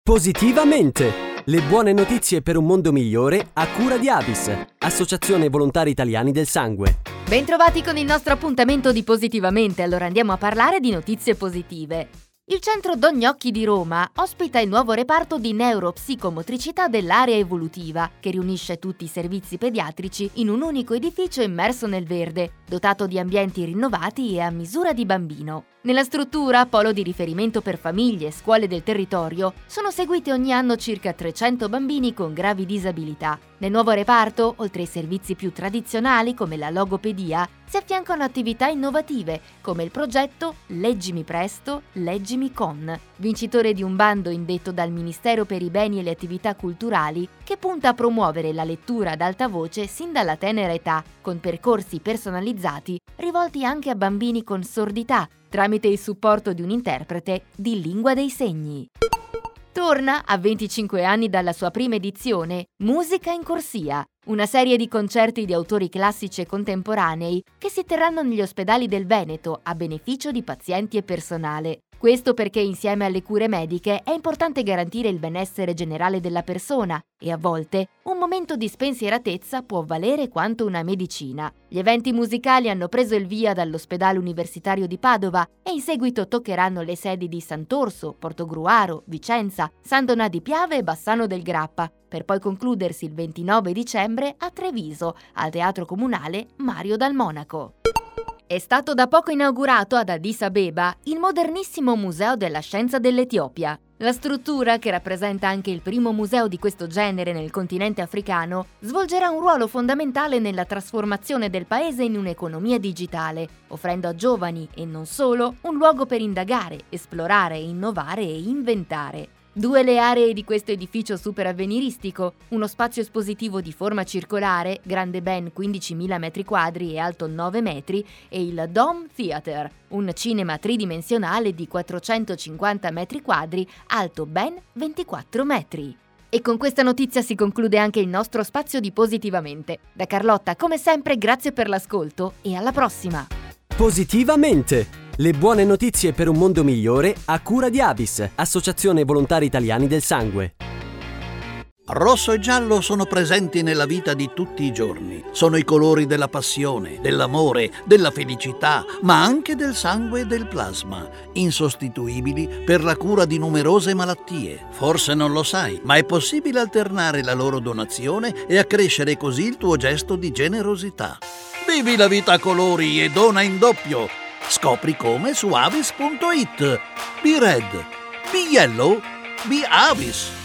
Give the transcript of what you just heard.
Positivamente! Le buone notizie per un mondo migliore a cura di Avis, Associazione Volontari Italiani del Sangue. Bentrovati con il nostro appuntamento di Positivamente, allora andiamo a parlare di notizie positive. Il centro Don Gnocchi di Roma ospita il nuovo reparto di neuropsicomotricità dell'area evolutiva, che riunisce tutti i servizi pediatrici in un unico edificio immerso nel verde, dotato di ambienti rinnovati e a misura di bambino. Nella struttura, polo di riferimento per famiglie e scuole del territorio, sono seguiti ogni anno circa 300 bambini con gravi disabilità. Nel nuovo reparto, oltre ai servizi più tradizionali come la logopedia, si affiancano attività innovative come il progetto Leggimi Presto, Leggimi Con, vincitore di un bando indetto dal Ministero per i beni e le attività culturali che punta a promuovere la lettura ad alta voce sin dalla tenera età, con percorsi personalizzati rivolti anche a bambini con sordità, tramite il supporto di un interprete di lingua dei segni. Torna, a 25 anni dalla sua prima edizione, Musica in Corsia, una serie di concerti di autori classici e contemporanei che si terranno negli ospedali del Veneto a beneficio di pazienti e personale. Questo perché insieme alle cure mediche è importante garantire il benessere generale della persona e a volte un momento di spensieratezza può valere quanto una medicina. Gli eventi musicali hanno preso il via dall'ospedale universitario di Padova e in seguito toccheranno le sedi di Sant'Orso, Portogruaro, Vicenza, San Donà di Piave e Bassano del Grappa, per poi concludersi il 29 dicembre a Treviso, al Teatro Comunale Mario Dal Monaco. È stato da poco inaugurato ad Addis Abeba il modernissimo Museo della Scienza dell'Etiopia. La struttura, che rappresenta anche il primo museo di questo genere nel continente africano, svolgerà un ruolo fondamentale nella trasformazione del paese in un'economia digitale, offrendo a giovani, e non solo, un luogo per indagare, esplorare, innovare e inventare. Due le aree di questo edificio super avveniristico, uno spazio espositivo di forma circolare, grande ben 15.000 metri quadri e alto 9 metri, e il Dome Theater, un cinema tridimensionale di 450 metri quadri, alto ben 24 metri. E con questa notizia si conclude anche il nostro spazio di Positivamente. Da Carlotta, come sempre, grazie per l'ascolto e alla prossima! Positivamente! Le buone notizie per un mondo migliore a cura di Avis, Associazione Volontari Italiani del Sangue. Rosso e giallo sono presenti nella vita di tutti i giorni. Sono i colori della passione, dell'amore, della felicità, ma anche del sangue e del plasma, insostituibili per la cura di numerose malattie. Forse non lo sai, ma è possibile alternare la loro donazione e accrescere così il tuo gesto di generosità. Vivi la vita a colori e dona in doppio. Scopri come su avis.it. Be red, be yellow, be Avis.